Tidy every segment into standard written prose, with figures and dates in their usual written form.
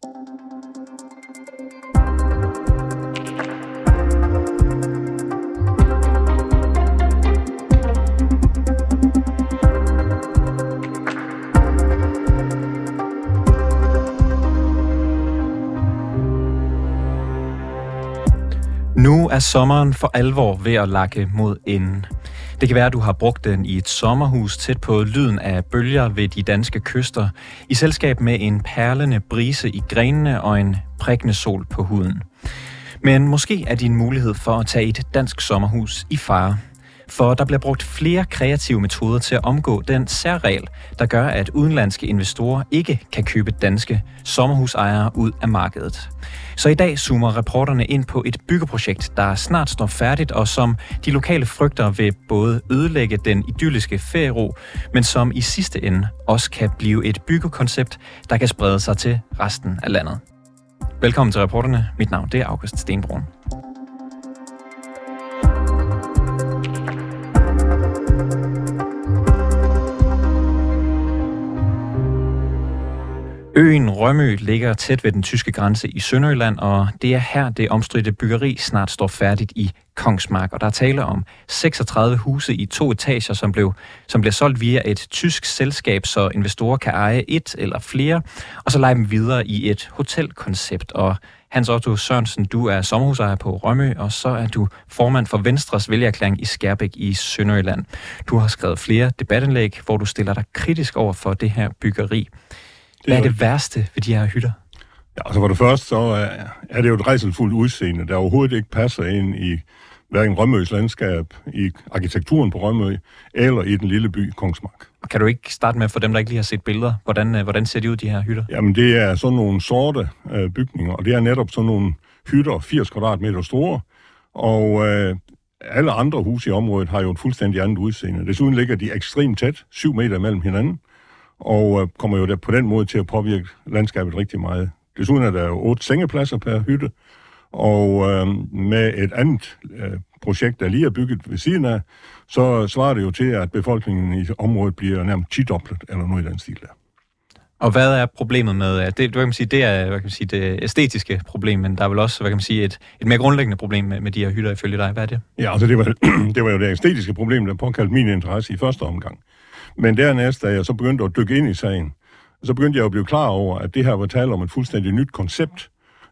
Nu er sommeren for alvor ved at lakke mod enden. Det kan være, at du har brugt den i et sommerhus tæt på lyden af bølger ved de danske kyster, i selskab med en perlende brise i grenene og en prikkende sol på huden. Men måske er din mulighed for at tage et dansk sommerhus i fare. For der bliver brugt flere kreative metoder til at omgå den særregel, der gør, at udenlandske investorer ikke kan købe danske sommerhusejere ud af markedet. Så i dag zoomer reporterne ind på et byggeprojekt, der snart står færdigt, og som de lokale frygter vil både ødelægge den idylliske feriero, men som i sidste ende også kan blive et byggekoncept, der kan sprede sig til resten af landet. Velkommen til reporterne. Mit navn det er August Stenbrun. Øen Rømø ligger tæt ved den tyske grænse i Sønderjylland, og det er her, det omstridte byggeri snart står færdigt i Kongsmark. Og der er tale om 36 huse i 2 etager, som bliver solgt via et tysk selskab, så investorer kan eje et eller flere, og så lege dem videre i et hotelkoncept. Og Hans Otto Sørensen, du er sommerhusejer på Rømø, og så er du formand for Venstres vælgererklæring i Skærbæk i Sønderjylland. Du har skrevet flere debatindlæg, hvor du stiller dig kritisk over for det her byggeri. Hvad er det værste ved de her hytter? Ja, altså for det første, så er det jo et rædselfuldt udseende, der overhovedet ikke passer ind i hverken Rømøs landskab, i arkitekturen på Rømø, eller i den lille by Kongsmark. Kan du ikke starte med, for dem, der ikke lige har set billeder, hvordan ser de ud, de her hytter? Jamen, det er sådan nogle sorte bygninger, og det er netop sådan nogle hytter, 80 kvadratmeter store, og alle andre huse i området har jo et fuldstændig andet udseende. Desuden ligger de ekstremt tæt, 7 meter mellem hinanden, og kommer jo på den måde til at påvirke landskabet rigtig meget. Desuden er der jo 8 sengepladser per hytte, og med et andet projekt, der lige er bygget ved siden af, så svarer det jo til, at befolkningen i området bliver nærmest 10-doblet, eller noget i den stil der. Og hvad er problemet med det? Det er det æstetiske problem, men der er vel også et mere grundlæggende problem med de her hytter ifølge dig. Hvad er det? Ja, altså det var jo det æstetiske problem, der påkaldte min interesse i første omgang. Men dernæst, da jeg så begyndte at dykke ind i sagen, så begyndte jeg at blive klar over, at det her var tale om et fuldstændig nyt koncept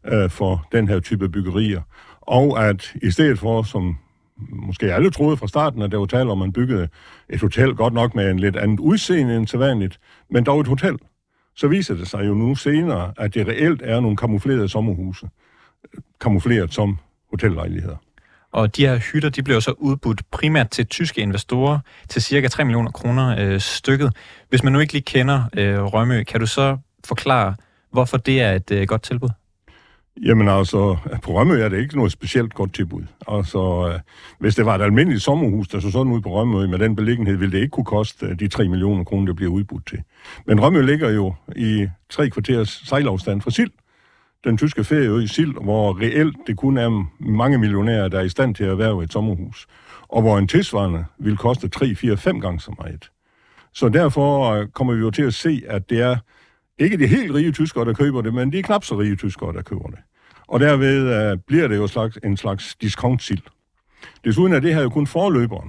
for den her type byggerier. Og at i stedet for, som måske alle troede fra starten, at der var tale om, at man byggede et hotel, godt nok med en lidt andet udseende end sædvanligt, men dog et hotel, så viser det sig jo nu senere, at det reelt er nogle kamuflerede sommerhuse, kamufleret som hotellejligheder. Og de her hytter, de blev så udbudt primært til tyske investorer til cirka 3 millioner kroner stykket. Hvis man nu ikke lige kender Rømø, kan du så forklare, hvorfor det er et godt tilbud? Jamen altså, på Rømø er det ikke noget specielt godt tilbud. Altså, hvis det var et almindeligt sommerhus, der så sådan ud på Rømø, med den beliggenhed, ville det ikke kunne koste de 3 millioner kroner, der bliver udbudt til. Men Rømø ligger jo i 3 kvarters sejlafstand fra Sild, den tyske ferieø Sild, hvor reelt det kun er mange millionærer, der er i stand til at erhverve et sommerhus, og hvor en tilsvarende vil koste 3, 4, 5 gange så meget. Så derfor kommer vi jo til at se, at det er ikke de helt rige tyskere, der køber det, men de er knap så rige tyskere, der køber det. Og derved bliver det jo en slags discount-sild. Desuden er det her jo kun forløberen.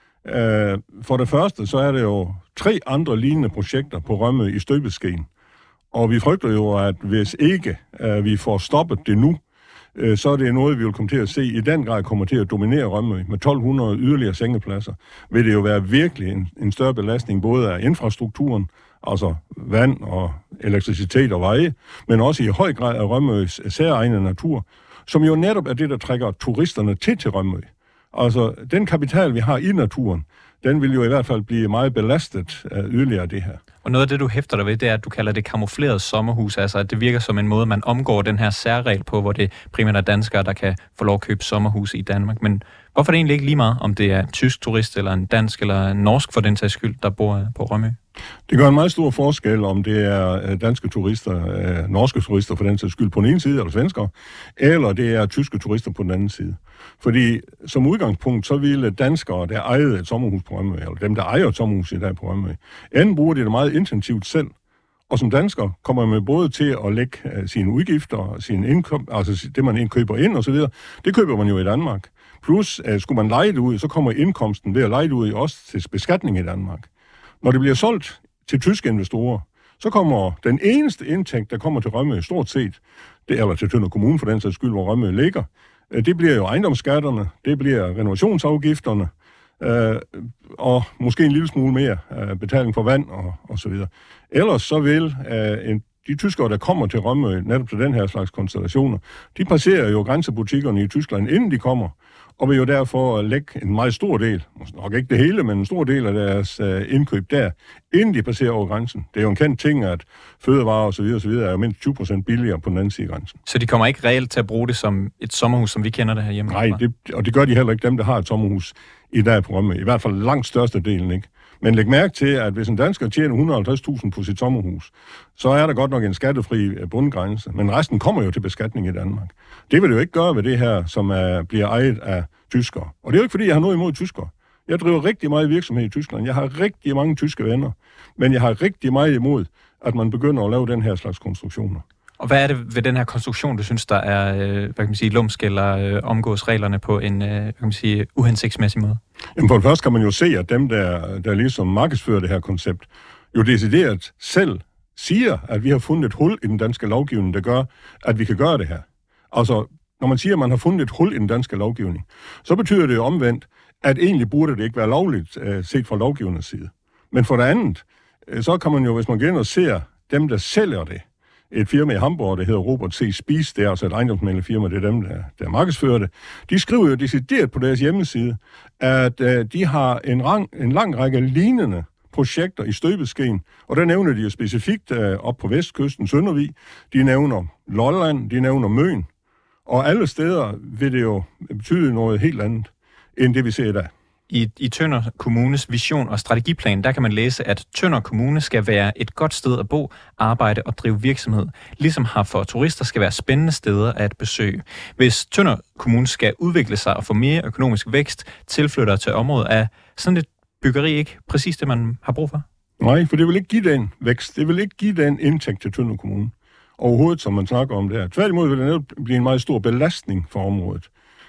For det første, så er det jo 3 andre lignende projekter på Rømø i støbeskeen. Og vi frygter jo, at hvis ikke vi får stoppet det nu, så er det noget, vi vil komme til at se i den grad kommer til at dominere Rømø. Med 1200 yderligere sengepladser vil det jo være virkelig en større belastning, både af infrastrukturen, altså vand og elektricitet og veje, men også i høj grad af Rømøs særegne natur, som jo netop er det, der trækker turisterne til Rømø. Altså, den kapital, vi har i naturen, den vil jo i hvert fald blive meget belastet af yderligere det her. Og noget af det, du hæfter dig ved, det er, at du kalder det kamufleret sommerhus, altså at det virker som en måde, man omgår den her særregel på, hvor det primært er danskere, der kan få lov at købe sommerhus i Danmark. Men hvorfor er det egentlig ikke lige meget, om det er en tysk turist, eller en dansk, eller en norsk for den sags skyld, der bor på Rømø? Det gør en meget stor forskel, om det er danske turister, norske turister for den sags skyld på den ene side, eller svenskere, eller det er tyske turister på den anden side. Fordi som udgangspunkt, så ville danskere, der ejede et sommerhus på Rømø, eller dem, der ejer et sommerhus i dag på Rømø, enten bruger de det meget intensivt selv, Og som dansker kommer man både til at lægge sine udgifter, sine indkomst, altså det, man indkøber ind og så videre. Det køber man jo i Danmark. Plus, skulle man leje det ud, så kommer indkomsten ved at leje det ud også til beskatning i Danmark. Når det bliver solgt til tyske investorer, så kommer den eneste indtægt, der kommer til Rømø stort set, eller til Tønder Kommune for den sags skyld, hvor Rømø ligger, det bliver jo ejendomsskatterne, det bliver renovationsafgifterne, og måske en lille smule mere betaling for vand og så videre. Ellers så vil de tyskere, der kommer til Rømø, netop til den her slags konstellationer, de passerer jo grænsebutikkerne i Tyskland, inden de kommer, og vil jo derfor lægge en meget stor del, nok ikke det hele, men en stor del af deres indkøb der, inden de passerer over grænsen. Det er jo en kendt ting, at fødevarer og så videre er jo mindst 20% billigere på den anden side af grænsen. Så de kommer ikke reelt til at bruge det som et sommerhus, som vi kender det her hjemme? Nej, og det gør de heller ikke, dem der har et sommerhus i dag på Rømø. I hvert fald langt størstedelen, ikke? Men læg mærke til, at hvis en dansker tjener 150.000 på sit sommerhus, så er der godt nok en skattefri bundgrænse, men resten kommer jo til beskatning i Danmark. Det vil det jo ikke gøre ved det her, som bliver ejet af tyskere. Og det er jo ikke, fordi jeg har noget imod tyskere. Jeg driver rigtig meget virksomhed i Tyskland. Jeg har rigtig mange tyske venner, men jeg har rigtig meget imod, at man begynder at lave den her slags konstruktioner. Og hvad er det ved den her konstruktion, du synes, der er lumsk eller omgås reglerne på en uhensigtsmæssig måde? Jamen for det første kan man jo se, at dem, der ligesom markedsfører det her koncept, jo decideret selv siger, at vi har fundet et hul i den danske lovgivning, der gør, at vi kan gøre det her. Altså, når man siger, at man har fundet et hul i den danske lovgivning, så betyder det jo omvendt, at egentlig burde det ikke være lovligt set fra lovgivernes side. Men for det andet, så kan man jo, hvis man går ind og ser dem, der sælger det, et firma i Hamburg, der hedder Robert C. Spies, det er altså et ejendomsmæglerfirma, det er dem, der markedsfører det. De skriver jo decideret på deres hjemmeside, at de har en lang række lignende projekter i støbeskeen, og der nævner de jo specifikt op på vestkysten, Søndervig, de nævner Lolland, de nævner Møn, og alle steder vil det jo betyde noget helt andet, end det vi ser i dag. I Tønder Kommunes vision og strategiplan, der kan man læse, at Tønder Kommune skal være et godt sted at bo, arbejde og drive virksomhed, ligesom her for turister skal være spændende steder at besøge. Hvis Tønder Kommune skal udvikle sig og få mere økonomisk vækst, tilflytter til området, er sådan et byggeri ikke præcis det, man har brug for? Nej, for det vil ikke give den vækst. Det vil ikke give den indtægt til Tønder Kommune. Overhovedet, som man snakker om der. Tværtimod vil det netop blive en meget stor belastning for området.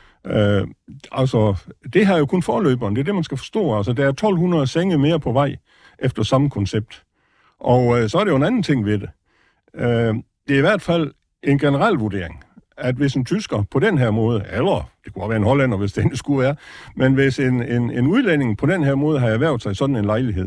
Det her er jo kun forløberen, det er det, man skal forstå. Altså, der er 1200 senge mere på vej efter samme koncept. Og så er det jo en anden ting ved det. Det er i hvert fald en generel vurdering, at hvis en tysker på den her måde, eller det kunne være en hollænder, hvis det skulle være, men hvis en udlænding på den her måde har erhvervet sig sådan en lejlighed,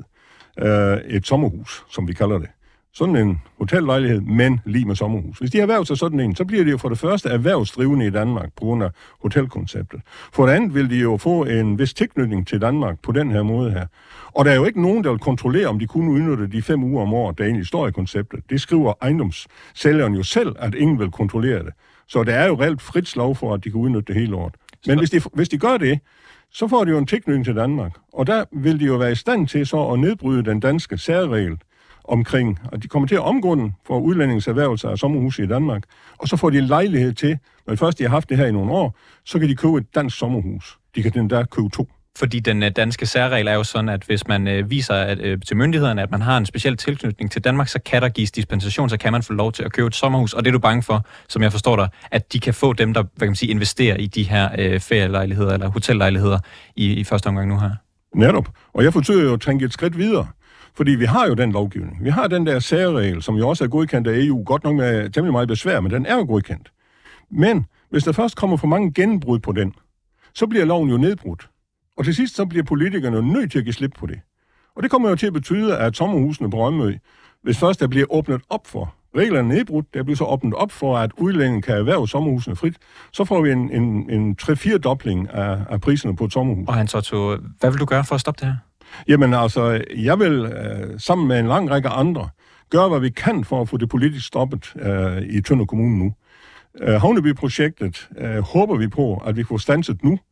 et sommerhus, som vi kalder det, sådan en hotellejlighed, men lige med sommerhus. Hvis de har erhvervet sig sådan en, så bliver det jo for det første erhvervsdrivende i Danmark på grund af hotelkonceptet. For det andet vil de jo få en vis tilknytning til Danmark på den her måde her. Og der er jo ikke nogen, der vil kontrollere, om de kunne udnytte de 5 uger om året, der egentlig står i konceptet. Det skriver ejendomssælgeren jo selv, at ingen vil kontrollere det. Så der er jo reelt frit slag for, at de kan udnytte det hele året. Men hvis de gør det, så får de jo en tilknytning til Danmark. Og der vil de jo være i stand til så at nedbryde den danske særregel omkring, og de kommer til at omgå den for udlændingens erhvervelse af sommerhuse i Danmark, og så får de en lejlighed til, når først de har haft det her i nogle år, så kan de købe et dansk sommerhus. De kan den der købe 2. Fordi den danske særregel er jo sådan, at hvis man viser til myndighederne, at man har en speciel tilknytning til Danmark, så kan der gives dispensation, så kan man få lov til at købe et sommerhus. Og det er du bange for, som jeg forstår dig, at de kan få dem, der investerer i de her ferielejligheder eller hotellejligheder i første omgang nu her. Netop. Og jeg forsøger jo at tænke et skridt videre. Fordi vi har jo den lovgivning. Vi har den der særregel, som jo også er godkendt af EU, godt nok med temmelig meget besvær, men den er jo godkendt. Men hvis der først kommer for mange gennembrud på den, så bliver loven jo nedbrudt. Og til sidst så bliver politikerne nødt til at give slip på det. Og det kommer jo til at betyde, at sommerhusene på Rømø, hvis først der bliver åbnet op for reglerne nedbrudt, der bliver så åbnet op for, at udlændingen kan erhverve sommerhusene frit, så får vi en 3-4-dobling af priserne på et sommerhus. Og Hans Otto, hvad vil du gøre for at stoppe det her? Jamen altså, jeg vil sammen med en lang række andre gøre, hvad vi kan for at få det politisk stoppet i Tønder Kommune nu. Havneby-projektet håber vi på, at vi får standset nu,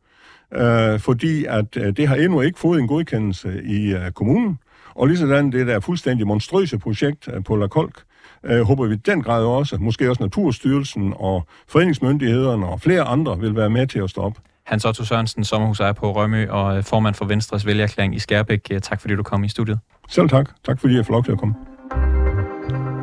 fordi at det har endnu ikke fået en godkendelse i kommunen. Og ligesådan det der fuldstændig monstrøse projekt på La Kolk, håber vi den grad også, måske også Naturstyrelsen og foreningsmyndighederne og flere andre vil være med til at stoppe. Hans Otto Sørensen, sommerhusejer på Rømø og formand for Venstres vælgererklæring i Skærbæk. Tak fordi du kom i studiet. Selv tak. Tak fordi jeg får lov til at komme.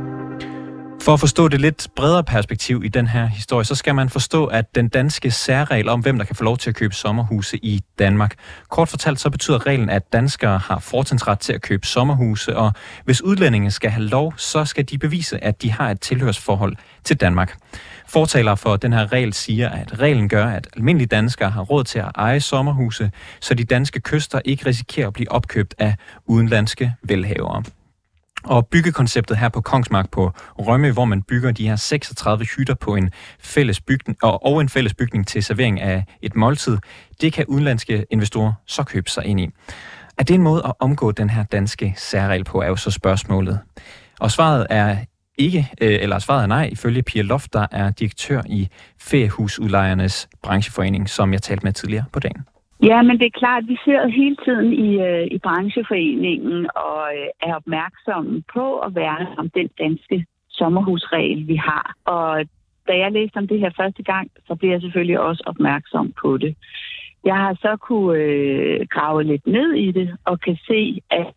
For at forstå det lidt bredere perspektiv i den her historie, så skal man forstå, at den danske særregel om, hvem der kan få lov til at købe sommerhuse i Danmark. Kort fortalt, så betyder reglen, at danskere har fortrinsret til at købe sommerhuse, og hvis udlændinge skal have lov, så skal de bevise, at de har et tilhørsforhold til Danmark. Fortalere for den her regel siger, at reglen gør, at almindelige danskere har råd til at eje sommerhuse, så de danske kyster ikke risikerer at blive opkøbt af udenlandske velhavere. Og byggekonceptet her på Kongsmark på Rømø, hvor man bygger de her 36 hytter på en fælles bygning, og en fælles bygning til servering af et måltid, det kan udenlandske investorer så købe sig ind i. Er det en måde at omgå den her danske særregel på, er jo så spørgsmålet. Og svaret er svaret er nej, ifølge Pia Loft, der er direktør i Feriehusudlejernes brancheforening, som jeg talte med tidligere på dagen. Ja, men det er klart, at vi ser hele tiden i brancheforeningen og er opmærksomme på at værne om den danske sommerhusregel, vi har. Og da jeg læste om det her første gang, så blev jeg selvfølgelig også opmærksom på det. Jeg har så kunne grave lidt ned i det og kan se, at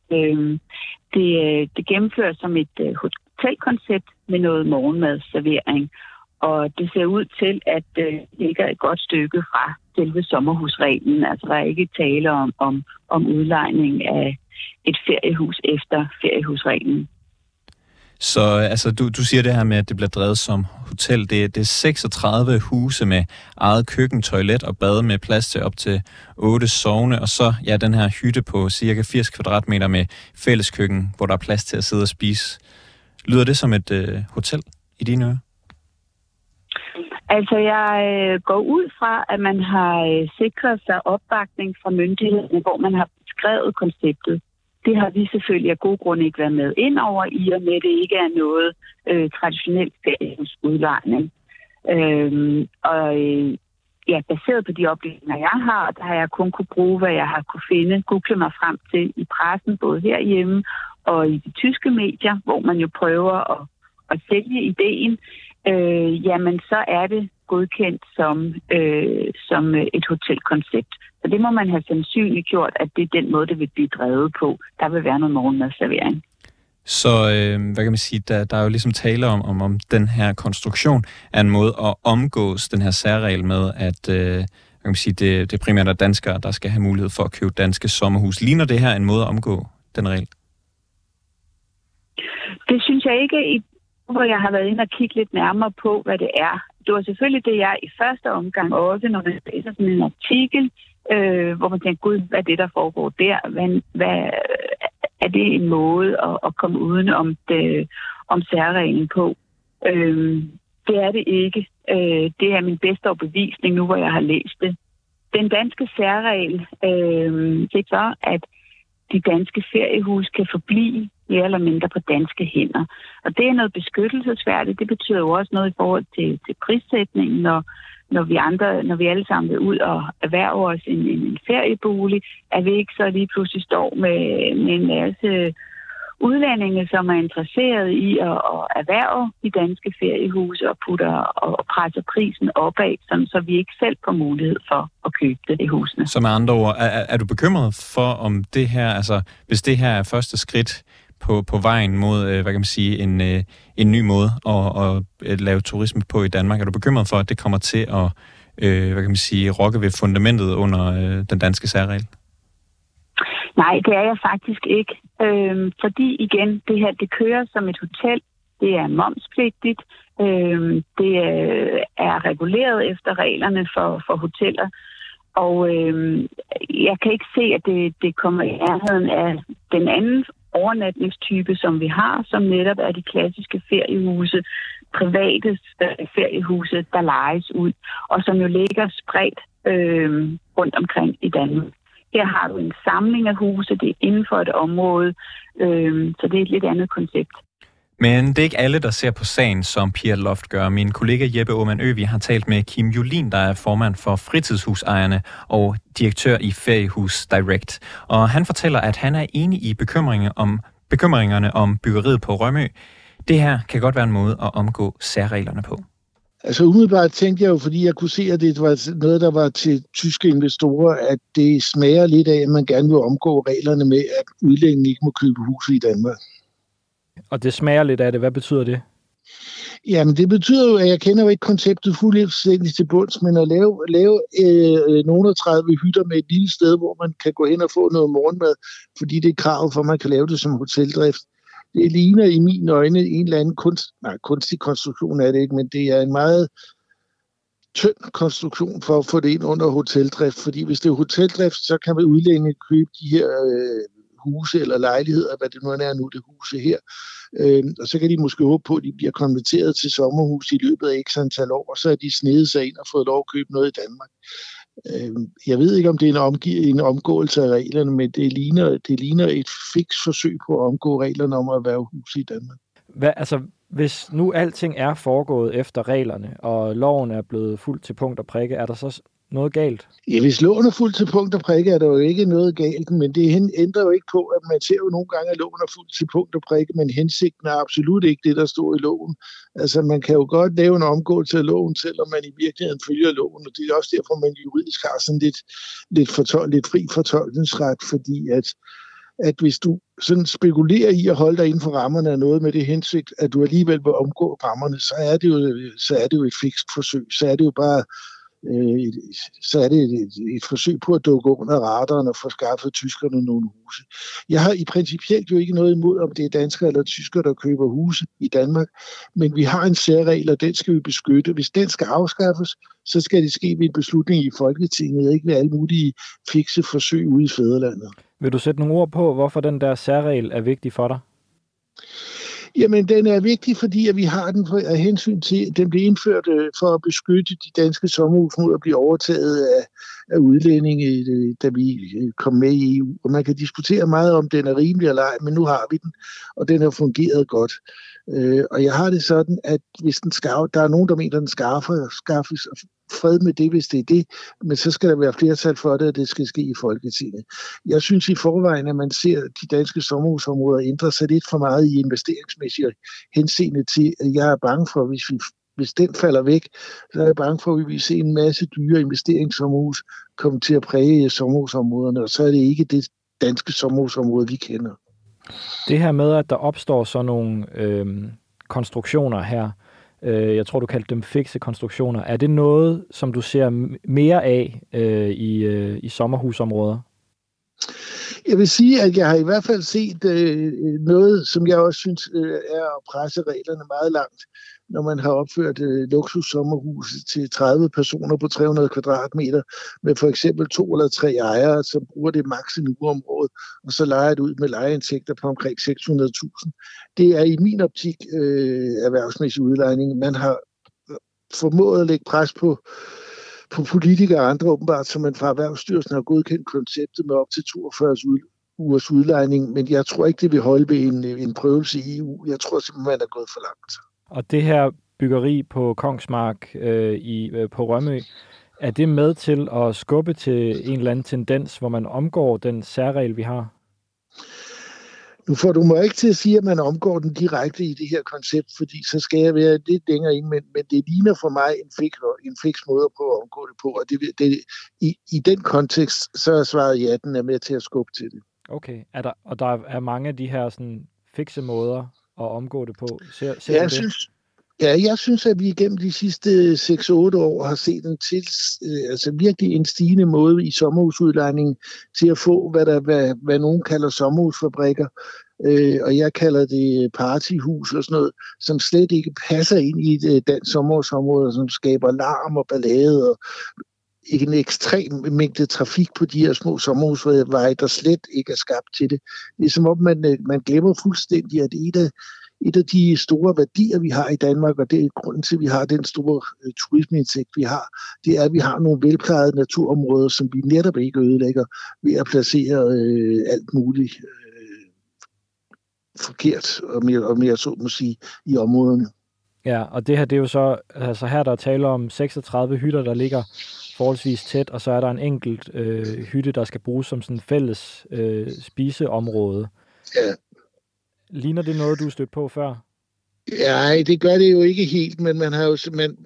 det gennemføres som et hotelkoncept med noget morgenmadservering. Og det ser ud til, at det ligger et godt stykke fra selve sommerhusreglen. Altså der er ikke tale om udlejning af et feriehus efter feriehusreglen. Så altså, du siger det her med, at det bliver drevet som hotel. Det er 36 huse med eget køkken, toilet og bad med plads til op til 8 sovne. Og så den her hytte på cirka 80 kvadratmeter med fælleskøkken, hvor der er plads til at sidde og spise. Lyder det som et hotel i dine ører? Altså, jeg går ud fra, at man har sikret sig opbakning fra myndighederne, hvor man har beskrevet konceptet. Det har vi selvfølgelig af gode grunde ikke været med ind over, i og med, at det ikke er noget traditionelt feriehusudlejning. Baseret på de oplysninger, jeg har, der har jeg kun kunne bruge, hvad jeg har kunne finde, google mig frem til i pressen, både herhjemme og i de tyske medier, hvor man jo prøver at sælge ideen. Jamen så er det godkendt som et hotelkoncept. Så det må man have sandsynligt gjort, at det er den måde, det vil blive drevet på. Der vil være noget morgenmadservering. Så hvad kan man sige, der er jo ligesom tale om den her konstruktion er en måde at omgås den her særregel med, at kan man sige, det primært er danskere, der skal have mulighed for at købe danske sommerhus. Ligner det her en måde at omgå den regel? Det synes jeg ikke, hvor jeg har været inde og kigge lidt nærmere på, hvad det er. Det var selvfølgelig det, jeg i første omgang også, når man læser sådan en artikel, hvor man tænker, gud, hvad er det, der foregår der? Hvad er det en måde at komme uden om særreglen på? Det er det ikke. Det er min bedste overbevisning nu, hvor jeg har læst det. Den danske særregel, det er så, at de danske feriehus kan forblive mere eller mindre på danske hænder. Og det er noget beskyttelsesværdigt. Det betyder jo også noget i forhold til prissætningen, når vi alle sammen vil ud og erhverve os en feriebolig, at vi ikke så lige pludselig står med en masse udlændinge, som er interesseret i at erhverve de danske feriehuse og presser prisen opad, så vi ikke selv får mulighed for at købe det i husene. Så med andre ord, er du bekymret for, om det her, altså hvis det her er første skridt på vejen mod, hvad kan man sige, en ny måde at lave turisme på i Danmark, er du bekymret for, at det kommer til at, hvad kan man sige, rokke ved fundamentet under den danske særregel? Nej, det er jeg faktisk ikke. Fordi igen, det her, det kører som et hotel. Det er momspligtigt. Det er reguleret efter reglerne for hoteller. Og jeg kan ikke se, at det kommer i nærheden af den anden overnatningstype, som vi har, som netop er de klassiske feriehuse, private feriehuse, der lejes ud, og som jo ligger spredt rundt omkring i Danmark. Her har du en samling af huse, det er inden for et område, så det er et lidt andet koncept. Men det er ikke alle, der ser på sagen, som Pia Loft gør. Min kollega Jeppe Aumann Øvig har talt med Kim Julin, der er formand for fritidshusejerne og direktør i Feriehus Direct. Og han fortæller, at han er enig i bekymringerne om byggeriet på Rømø. Det her kan godt være en måde at omgå særreglerne på. Altså umiddelbart tænkte jeg jo, fordi jeg kunne se, at det var noget, der var til tyske investorer, at det smager lidt af, at man gerne vil omgå reglerne med, at udlændinge ikke må købe huse i Danmark. Og det smager lidt af det. Hvad betyder det? Jamen, det betyder jo, at jeg kender jo ikke konceptet fuldstændig til bunds, men at lave nogle 30 hytter med et lille sted, hvor man kan gå hen og få noget morgenmad, fordi det er kravet for, at man kan lave det som hoteldrift. Det ligner i mine øjne en eller anden kunstig konstruktion er det ikke, men det er en meget tynd konstruktion for at få det ind under hoteldrift, fordi hvis det er hoteldrift, så kan man udlændinge købe de her huse eller lejligheder, hvad det nu er nu, det huse her. Og så kan de måske håbe på, at de bliver konverteret til sommerhus i løbet af x antal år, og så er de snedet sig ind og fået lov at købe noget i Danmark. Jeg ved ikke, om det er en omgåelse af reglerne, men det ligner et fiks forsøg på at omgå reglerne om at erhverve huse i Danmark. Hvis nu alting er foregået efter reglerne, og loven er blevet fuldt til punkt og prikke, er der så noget galt? Ja, hvis loven er fuldt til punkt og prikke, er der jo ikke noget galt, men det ændrer jo ikke på, at man ser jo nogle gange, at loven er fuldt til punkt og prikke, men hensigten er absolut ikke det, der står i loven. Altså, man kan jo godt lave en omgåelse af loven, selvom man i virkeligheden følger loven, og det er også derfor, man juridisk har sådan lidt fri fortolkningsret, fordi at hvis du sådan spekulerer i at holde dig inden for rammerne af noget med det hensigt, at du alligevel vil omgå rammerne, så er det jo et fikst forsøg. Så er det jo bare et forsøg på at dukke under radaren og få skaffet tyskerne nogle huse. Jeg har i principielt jo ikke noget imod, om det er danskere eller tyskere, der køber huse i Danmark, men vi har en særregel, og den skal vi beskytte. Hvis den skal afskaffes, så skal det ske ved en beslutning i Folketinget, ikke ved alle mulige fikse forsøg ude i fædrelandet. Vil du sætte nogle ord på, hvorfor den der særregel er vigtig for dig? Jamen, den er vigtig, fordi at vi har den af hensyn til, at den blev indført for at beskytte de danske sommerhus mod at blive overtaget af udlændinge, da vi kom med i EU. Og man kan diskutere meget om, den er rimelig eller ej, men nu har vi den, og den har fungeret godt. Og jeg har det sådan, at hvis der er nogen, der mener, at den skaffes fred med det, hvis det er det, men så skal der være flertal for det, at det skal ske i Folketinget. Jeg synes i forvejen, at man ser de danske sommerhusområder ændre sig lidt for meget i investeringsmæssigt henseende til, at jeg er bange for, hvis den falder væk, så er jeg bange for, at vi vil se en masse dyre investeringssommerhus komme til at præge sommerhusområderne, og så er det ikke det danske sommerhusområde, vi kender. Det her med, at der opstår sådan nogle konstruktioner her, jeg tror, du kaldte dem fikse konstruktioner. Er det noget, som du ser mere af i sommerhusområder? Jeg vil sige, at jeg har i hvert fald set noget, som jeg også synes er at presse reglerne meget langt, når man har opført luksussommerhus til 30 personer på 300 kvadratmeter, med for eksempel 2 eller 3 ejere, som bruger det maks. En uge om året, og så lejer det ud med lejeindtægter på omkring 600.000. Det er i min optik erhvervsmæssig udlejning. Man har formået at lægge pres på politikere og andre åbenbart, som man fra Erhvervsstyrelsen har godkendt konceptet med op til 42 ugers udlejning, men jeg tror ikke, det vil holde ved en prøvelse i EU. Jeg tror simpelthen, man er gået for langt. Og det her byggeri på Kongsmark på Rømø, er det med til at skubbe til en eller anden tendens, hvor man omgår den særregel, vi har? Nu får du mig ikke til at sige, at man omgår den direkte i det her koncept, fordi så skal jeg være lidt længere ind, men det ligner for mig en fiks måde at prøve at omgå det på, og i den kontekst, så er svaret ja, den er med til at skubbe til det. Okay, der er mange af de her sådan fikse måder at omgå det på. Jeg synes, at vi igennem de sidste 6-8 år har set virkelig en stigende måde i sommerhusudlejningen til at få, hvad nogen kalder sommerhusfabrikker, og jeg kalder det partyhus og sådan noget, som slet ikke passer ind i et dansk sommerhusområde, som skaber larm og ballade og en ekstrem mængde trafik på de her små sommerhusveje, der slet ikke er skabt til det. Det er som om, man glemmer fuldstændig, at et af de store værdier, vi har i Danmark, og det er grunden til, at vi har den store turismeindtægt, vi har, det er, at vi har nogle velplejede naturområder, som vi netop ikke ødelægger ved at placere alt muligt forkert og mere så må sige, i områderne. Ja, og det her, det er jo så, altså her der taler om 36 hytter, der ligger forholdsvis tæt, og så er der en enkelt hytte, der skal bruges som sådan fælles spiseområde. Ja. Ligner det noget, du stødt på før? Nej, det gør det jo ikke helt, men man har jo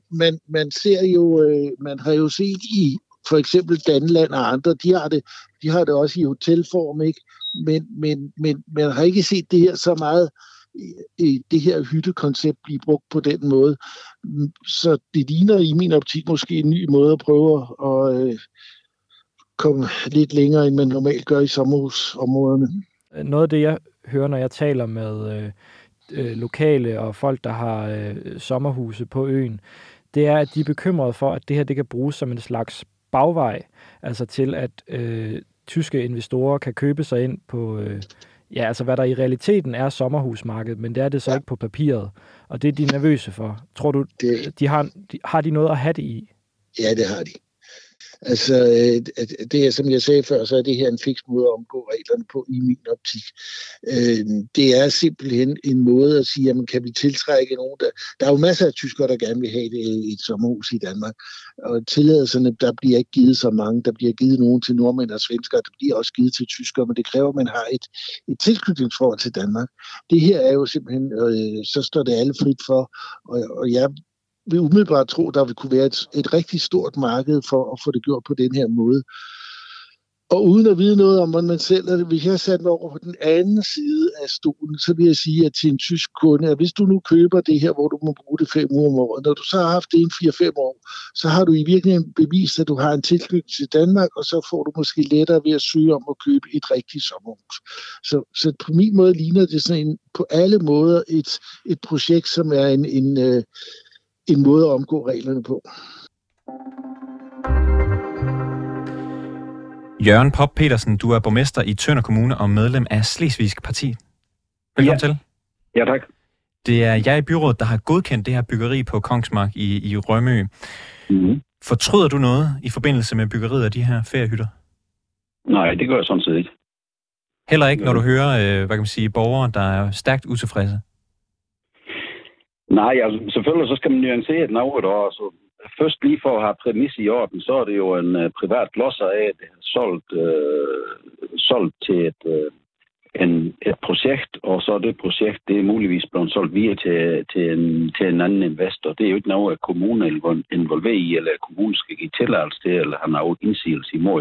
man har jo set i for eksempel Danland og andre, de har det også i hotelform, ikke? Men man har ikke set det her så meget det her hyttekoncept blive brugt på den måde. Så det ligner i min optik måske en ny måde at prøve at komme lidt længere, end man normalt gør i sommerhusområderne. Noget af det, jeg hører, når jeg taler med lokale og folk, der har sommerhuse på øen, det er, at de er bekymrede for, at det her det kan bruges som en slags bagvej, altså til, at tyske investorer kan købe sig ind på, altså hvad der i realiteten er sommerhusmarkedet, men det er det så ikke på papiret, og det er de nervøse for. Tror du, har de noget at have det i? Ja, det har de. Altså, det er, som jeg sagde før, så er det her en fiks måde at omgå reglerne på i min optik. Det er simpelthen en måde at sige, jamen kan vi tiltrække nogen, der er jo masser af tyskere, der gerne vil have et sommerhus i Danmark, og tilladelserne, der bliver ikke givet så mange, der bliver givet nogen til nordmænd og svenskere, der bliver også givet til tyskere, men det kræver, at man har et tilknytningsforhold til Danmark. Det her er jo simpelthen, så står det alle frit for, og jeg vil umiddelbart tro, der vil kunne være et rigtig stort marked for at få det gjort på den her måde. Og uden at vide noget om, hvordan man sælger det, hvis jeg satte mig over på den anden side af stolen, så vil jeg sige at til en tysk kunde, at hvis du nu køber det her, hvor du må bruge det 5 uger om året, når du så har haft det i 4-5 år, så har du i virkeligheden bevist, at du har en tilknytning til Danmark, og så får du måske lettere ved at søge om at købe et rigtigt sommerhus. Så på min måde ligner det sådan på alle måder et projekt, som er en måde at omgå reglerne på. Jørgen Pop Petersen, du er borgmester i Tønder Kommune og medlem af Slesvigsk Parti. Velkommen til. Ja, tak. Det er jeg i byrådet, der har godkendt det her byggeri på Kongsmark i Rømø. Mm-hmm. Fortryder du noget i forbindelse med byggeriet af de her feriehytter? Nej, det gør jeg sådan set ikke. Heller ikke, når du hører, borgere, der er stærkt utilfredse? Nej, altså selvfølgelig så skal man nuancere et noget, og så først lige for at have præmis i orden, så er det jo en privat losser af, det er solgt til et projekt, og så det projekt, det er muligvis blevet solgt via til en anden investor. Det er jo ikke noget, at kommunen er involveret i, eller at kommunen skal give tilladelse til, eller han har jo indsigelse imod.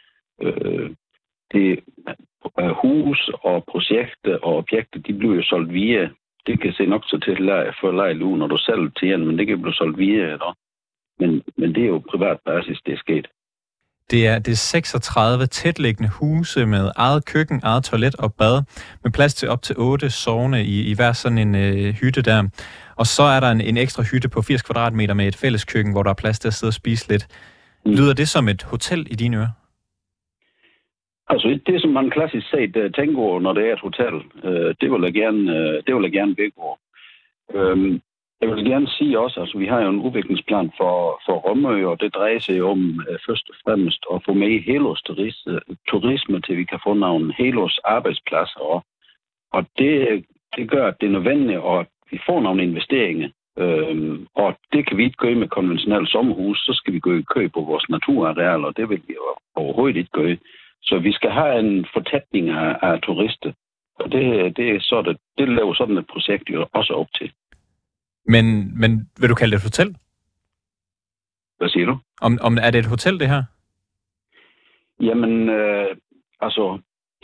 Det hus og projekter og objekter, de bliver jo solgt via. Det kan se nok så til for lejlue, når du sælger til en, men det kan blive solgt via. Men det er jo privat basis, det er sket. Det er 36 tætliggende huse med eget køkken, eget toilet og bad, med plads til op til 8 sogne i hver sådan en hytte der. Og så er der en ekstra hytte på 80 kvadratmeter med et fælles køkken, hvor der er plads til at sidde og spise lidt. Lyder det som et hotel i dine ører? Altså, det som man klassisk set tænker over, når det er et hotel, det vil jeg gerne bygge over. Jeg vil gerne sige også, altså vi har jo en udviklingsplan for Rømø, og det drejer sig om først og fremmest at få med helårsturisme, til vi kan få nogle helårs arbejdspladser. Og det gør, at det er nødvendigt, at vi får nogle investeringer. Og det kan vi ikke gøre med konventionelle sommerhus, så skal vi gå i kø på vores naturarealer, og det vil vi overhovedet ikke gøre. Så vi skal have en fortætning af turister. Og det laver sådan et projekt jo også op til. Men vil du kalde det et hotel? Hvad siger du? Om er det et hotel, det her? Jamen, altså,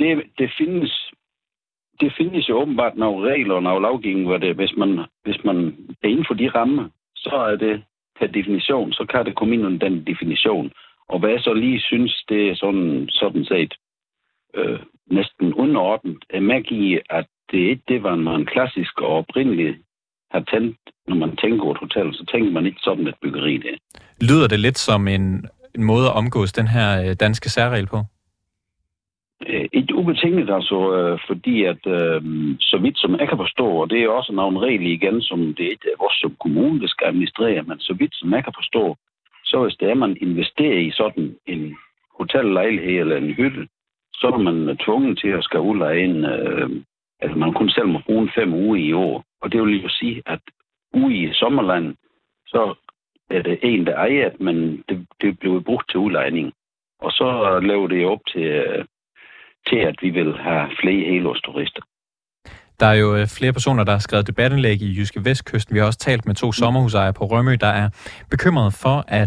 det findes jo åbenbart nogle regler og nogle lovgivning, hvor det, hvis man er inden for de rammer, så er det per definition, så kan det komme ind under den definition. Og hvad jeg så lige synes, det er sådan set næsten underordnet magi, at det var en klassisk og oprindelig har tænkt, når man tænker over et hotel, så tænker man ikke sådan et byggeri det. Lyder det lidt som en måde at omgås den her danske særregel på? Ikke ubetinget, altså, fordi at så vidt som jeg kan forstå, og det er også nogle regler igen, som det ikke er vores som kommune, det skal administrere, men så vidt som jeg kan forstå, så hvis det er, man investerer i sådan en hotellejlighed eller en hytte, så er man tvunget til at skal udleje en, at man kun selv må bruge 5 uger i år. Og det vil jo sige, at ude i sommerlandet, så er det en, der ejer, men det bliver brugt til udlejning. Og så laver det op til, at vi vil have flere helårsturister. Der er jo flere personer, der har skrevet debatindlæg i Jyske Vestkysten. Vi har også talt med 2 sommerhusejere på Rømø, der er bekymret for, at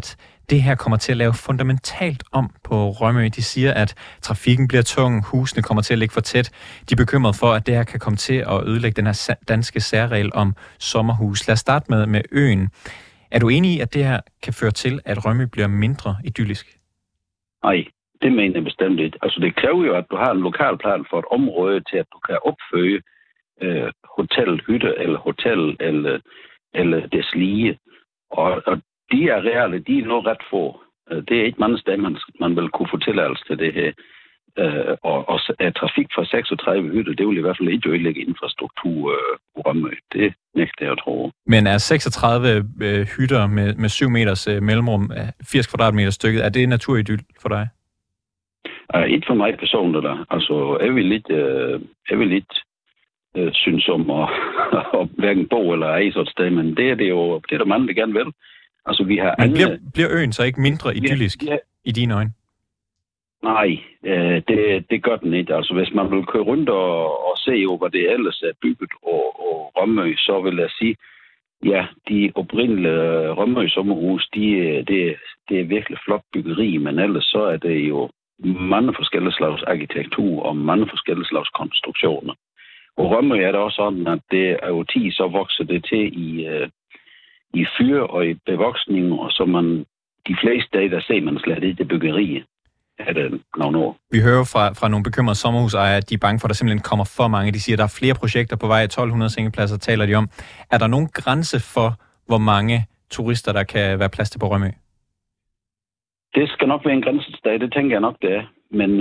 det her kommer til at lave fundamentalt om på Rømø. De siger, at trafikken bliver tung, husene kommer til at ligge for tæt. De er bekymrede for, at det her kan komme til at ødelægge den her danske særregel om sommerhus. Lad os starte med øen. Er du enig i, at det her kan føre til, at Rømø bliver mindre idyllisk? Nej, det mener jeg bestemt ikke. Altså det kræver jo, at du har en lokalplan for et område til, at du kan opføre hotel, hytte eller hotel eller deslige. Og de er reelle, de er noget ret få. Det er ikke mange steder, man vil kunne få tilladelse til det her. Og trafik fra 36 hytter, det vil i hvert fald ikke ødelægge infrastruktur på Rømø. Det nægter jeg at tro. Men er 36 hytter med 7 meters mellemrum, 80 kvadratmeter stykket, er det naturidyl for dig? Ikke for mig personligt da. Altså, jeg vil lidt synes om at hverken bo eller eje sådan et sted, men det er der mange, der gerne vil. Altså, vi har bliver øen så ikke mindre idyllisk i dine øjne? Nej, det gør den ikke. Altså, hvis man vil køre rundt og se jo, hvad det ellers er bygget og Rømø, så vil jeg sige, ja, de oprindelige Rømø sommerhus, det er virkelig flot byggeri, men ellers så er det jo mange forskellige slags arkitektur og mange forskellige slags konstruktioner. Og Rømø er det også sådan, at det er jo 10, så vokser det til i fyr og i bevoksning, og så de fleste dage, der ser man slet ikke det byggeri af det nogle år. Vi hører fra nogle bekymrede sommerhusejere, at de er bange for, at der simpelthen kommer for mange. De siger, at der er flere projekter på vej, 1200 sengepladser taler de om. Er der nogen grænse for, hvor mange turister, der kan være plads til på Rømø? Det skal nok være en grænsesdag, det tænker jeg nok, det er. Men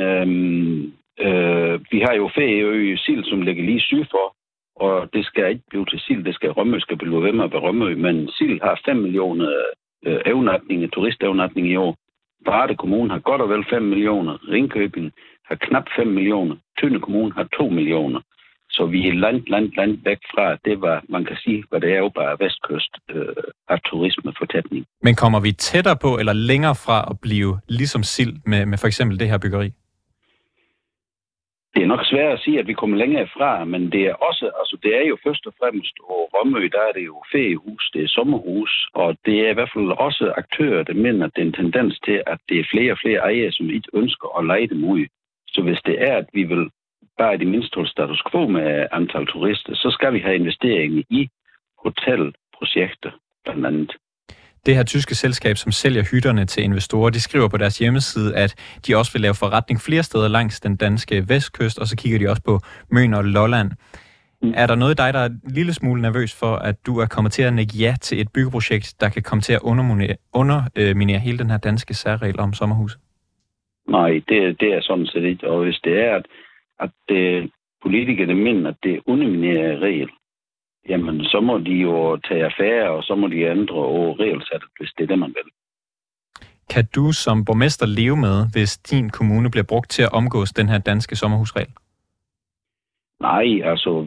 vi har jo Færø Sild, som ligger lige syd for, og det skal ikke blive til Sild, det skal Rømø, skal blive ved med at være Rømø, men Sild har 5 millioner turistevnatning i år. Varde Kommune har godt og vel 5 millioner, Ringkøbing har knap 5 millioner, Tønder Kommune har 2 millioner. Så vi er langt væk fra, det var, man kan sige, hvad det er jo bare vestkyst af turismefortætning. Men kommer vi tættere på eller længere fra at blive ligesom Sild med for eksempel det her byggeri? Det er nok svært at sige, at vi kommer længere fra, men det er også, altså det er jo først og fremmest, og Rømø, der er det jo feriehus, det er sommerhus, og det er i hvert fald også aktører, der mener, at det er en tendens til, at det er flere og flere ejere, som ikke ønsker at leje dem ud. Så hvis det er, at vi vil bare i det mindste holde status quo med antal turister, så skal vi have investering i hotelprojekter, blandt andet. Det her tyske selskab, som sælger hytterne til investorer, de skriver på deres hjemmeside, at de også vil lave forretning flere steder langs den danske vestkyst, og så kigger de også på Møn og Lolland. Er der noget i dig, der er en lille smule nervøs for, at du er kommet til at nikke ja til et byggeprojekt, der kan komme til at underminere hele den her danske særregel om sommerhus? Nej, det er sådan set ikke. Og hvis det er, at politikerne mener, at det underminerer regel, jamen så må de jo tage affære, og så må de ændre og regelsætte, hvis det er det, man vil. Kan du som borgmester leve med, hvis din kommune bliver brugt til at omgås den her danske sommerhusregel? Nej, altså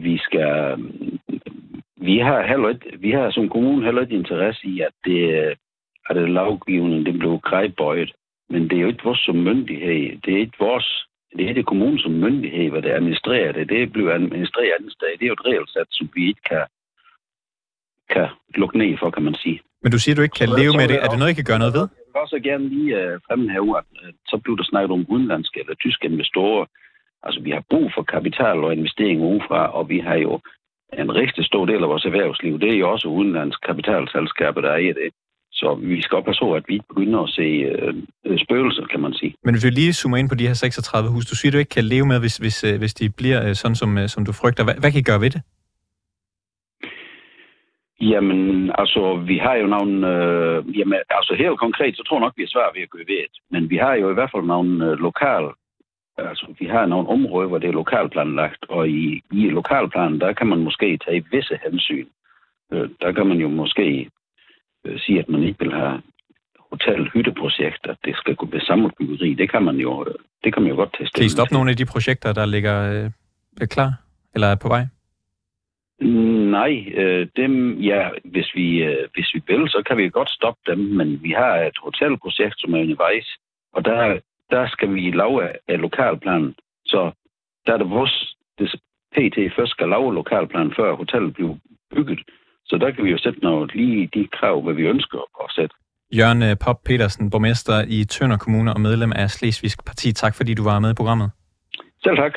vi har som kommune heller ikke interesse i, at det lovgivningen det blev grejbøjet. Men det er jo ikke vores som myndighed. Det er ikke vores. Det er det kommunen som myndighed, hvad det administrerer det. Det bliver administreret anden sted. Det er jo et regelsæt, som vi ikke kan lukke ned for, kan man sige. Men du siger, du ikke kan leve med det. Er det noget, I kan gøre noget ved? Jeg vil også gerne lige fremhæve, at så bliver der snakket om udenlandske eller tyske investorer. Altså, vi har brug for kapital og investering udefra, og vi har jo en rigtig stor del af vores erhvervsliv. Det er jo også udenlandske kapitalselskaber, der ejer det. Så vi skal også passe på, at vi ikke begynder at se spøgelser, kan man sige. Men hvis vi lige zoomer ind på de her 36 hus, du siger, du ikke kan leve med, hvis de bliver sådan, som du frygter. Hvad kan I gøre ved det? Jamen, altså, vi har jo nogle... helt konkret, så tror jeg nok, vi er svært ved at gøre ved det. Men vi har jo i hvert fald nogle vi har nogle områder, hvor det er lokalplanlagt, og i lokalplanen, der kan man måske tage visse hensyn. Der kan man jo måske sige, at man ikke vil have hotel-hytteprojekter, at det skal gå ved sammenbyggeri. Det kan man jo godt teste. Kan I stoppe nogle af de projekter, der ligger klar, eller er på vej? Nej, hvis vi vil, så kan vi godt stoppe dem, men vi har et hotelprojekt, som er undervejs, og der skal vi lave et lokalplan, så der er det vores PT først skal lave lokalplan, før hotellet bliver bygget. Så der kan vi jo sætte lige de krav, hvad vi ønsker at sætte. Jørgen Pop Petersen, borgmester i Tønder Kommune og medlem af Slesvigsk Parti. Tak fordi du var med i programmet. Selv tak.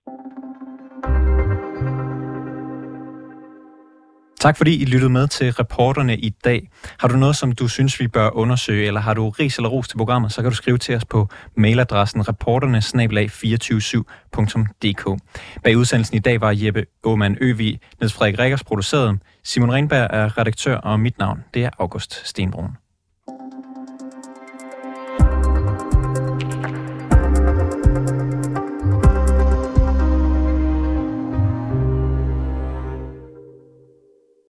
Tak fordi I lyttede med til Reporterne i dag. Har du noget, som du synes, vi bør undersøge, eller har du ris eller ros til programmet, så kan du skrive til os på mailadressen reporterne@247.dk. Bag udsendelsen i dag var Jeppe Aumann Øvig, Niels Frederik Rikkers produceret. Simon Renberg er redaktør, og mit navn det er August Stenbrun.